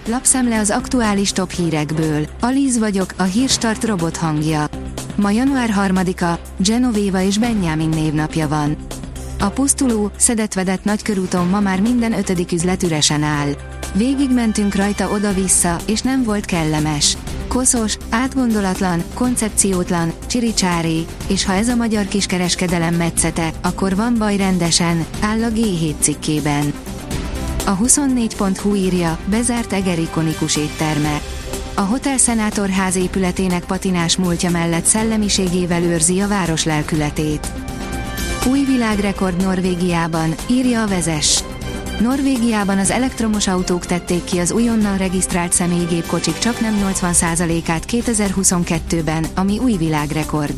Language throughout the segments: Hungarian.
lapszemle az aktuális top hírekből. Alíz vagyok, a Hírstart robot hangja. Ma január 3-a, Genovéva és Benjamin névnapja van. A pusztuló, szedett-vedett nagykörúton ma már minden 5. üzlet üresen áll. Végigmentünk rajta oda-vissza, és nem volt kellemes. Koszos, átgondolatlan, koncepciótlan, csiricsári, és ha ez a magyar kiskereskedelem metszete, akkor van baj rendesen, áll a G7 cikkében. A 24.hu írja, bezárt Eger ikonikus étterme. A Hotel Szenátor ház épületének patinás múltja mellett szellemiségével őrzi a város lelkületét. Új világrekord Norvégiában, írja a Vezess. Norvégiában az elektromos autók tették ki az újonnan regisztrált személygépkocsik csaknem 80%-át 2022-ben, ami új világrekord.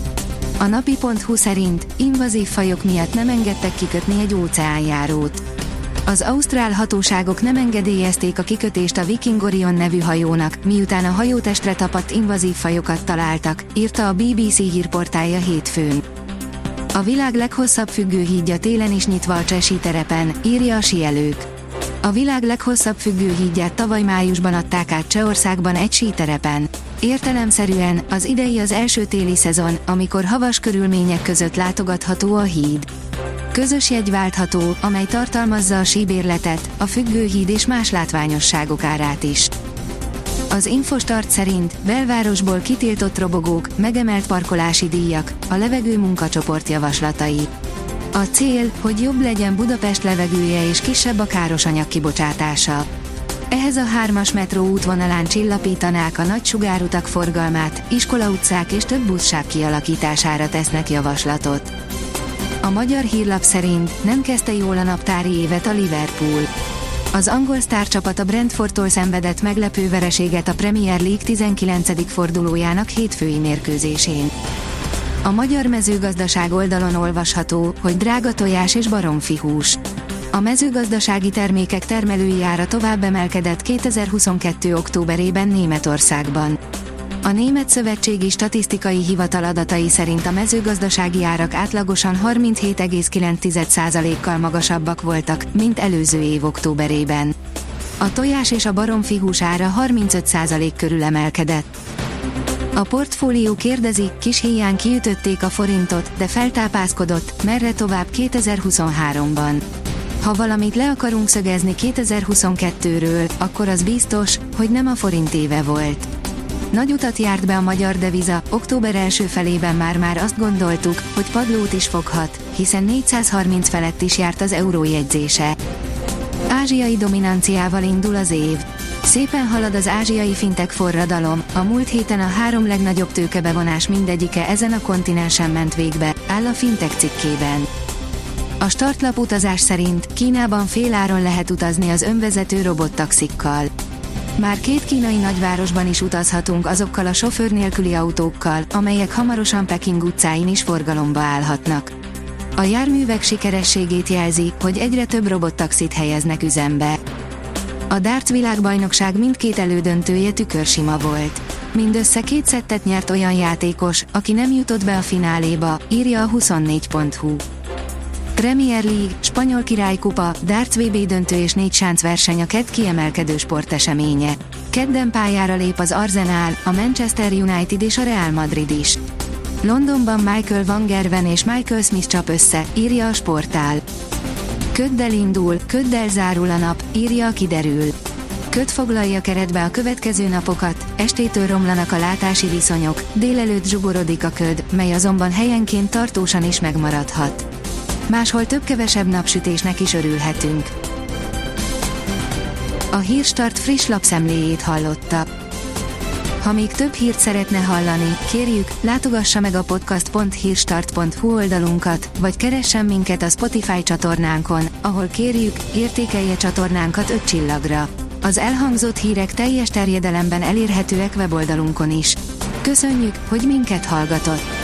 A napi.hu szerint invazív fajok miatt nem engedtek kikötni egy óceánjárót. Az ausztrál hatóságok nem engedélyezték a kikötést a Viking Orion nevű hajónak, miután a hajótestre tapadt invazív fajokat találtak, írta a BBC hírportálja hétfőn. A világ leghosszabb függőhídja télen is nyitva a Cseh síterepen, írja a Síelők. A világ leghosszabb függőhídját tavaly májusban adták át Csehországban egy síterepen. Értelemszerűen az idei az első téli szezon, amikor havas körülmények között látogatható a híd. Közös jegy váltható, amely tartalmazza a síbérletet, a függőhíd és más látványosságok árát is. Az Infostart szerint belvárosból kitiltott robogók, megemelt parkolási díjak, a levegő munkacsoport javaslatai. A cél, hogy jobb legyen Budapest levegője és kisebb a károsanyag kibocsátása. Ehhez a 3-as metró útvonalán csillapítanák a nagy sugárutak forgalmát, iskolautcák és több buszsáv kialakítására tesznek javaslatot. A magyar hírlap szerint nem kezdte jól a naptári évet a Liverpool. Az angol sztárcsapat a Brentfordtól szenvedett meglepő vereséget a Premier League 19. fordulójának hétfői mérkőzésén. A magyar mezőgazdaság oldalon olvasható, hogy drága tojás és baromfihús. A mezőgazdasági termékek termelői ára tovább emelkedett 2022. októberében Németországban. A Német Szövetségi Statisztikai Hivatal adatai szerint a mezőgazdasági árak átlagosan 37,9%-kal magasabbak voltak, mint előző év októberében. A tojás és a baromfihús ára 35% körül emelkedett. A Portfólió kérdezi, kis híján kiütötték a forintot, de feltápászkodott, merre tovább 2023-ban. Ha valamit le akarunk szögezni 2022-ről, akkor az biztos, hogy nem a forint éve volt. Nagy utat járt be a magyar deviza, október első felében már azt gondoltuk, hogy padlót is foghat, hiszen 430 felett is járt az euró jegyzése. Ázsiai dominanciával indul az év. Szépen halad az ázsiai fintek forradalom, a múlt héten a 3 legnagyobb tőkebevonás mindegyike ezen a kontinensen ment végbe, áll a Fintech cikkében. A startlap utazás szerint Kínában féláron lehet utazni az önvezető robottaxikkal. Már 2 kínai nagyvárosban is utazhatunk azokkal a sofőr nélküli autókkal, amelyek hamarosan Peking utcáin is forgalomba állhatnak. A járművek sikerességét jelzi, hogy egyre több robottaxit helyeznek üzembe. A darts világbajnokság mindkét elődöntője tükörsima volt. Mindössze 2 szettet nyert olyan játékos, aki nem jutott be a fináléba, írja a 24.hu. Premier League, Spanyol Királykupa, Darts VB döntő és 4 sáncverseny a kedd kiemelkedő sporteseménye. Kedden pályára lép az Arsenal, a Manchester United és a Real Madrid is. Londonban Michael van Gerwen és Michael Smith csap össze, írja a Sportál. Köddel indul, köddel zárul a nap, írja a Kiderül. Köd foglalja keretbe a következő napokat, estétől romlanak a látási viszonyok, délelőtt zsugorodik a köd, mely azonban helyenként tartósan is megmaradhat. Máshol több-kevesebb napsütésnek is örülhetünk. A Hírstart friss lapszemléjét hallotta. Ha még több hírt szeretne hallani, kérjük, látogassa meg a podcast.hírstart.hu oldalunkat, vagy keressen minket a Spotify csatornánkon, ahol kérjük, értékelje csatornánkat 5 csillagra. Az elhangzott hírek teljes terjedelemben elérhetőek weboldalunkon is. Köszönjük, hogy minket hallgatott!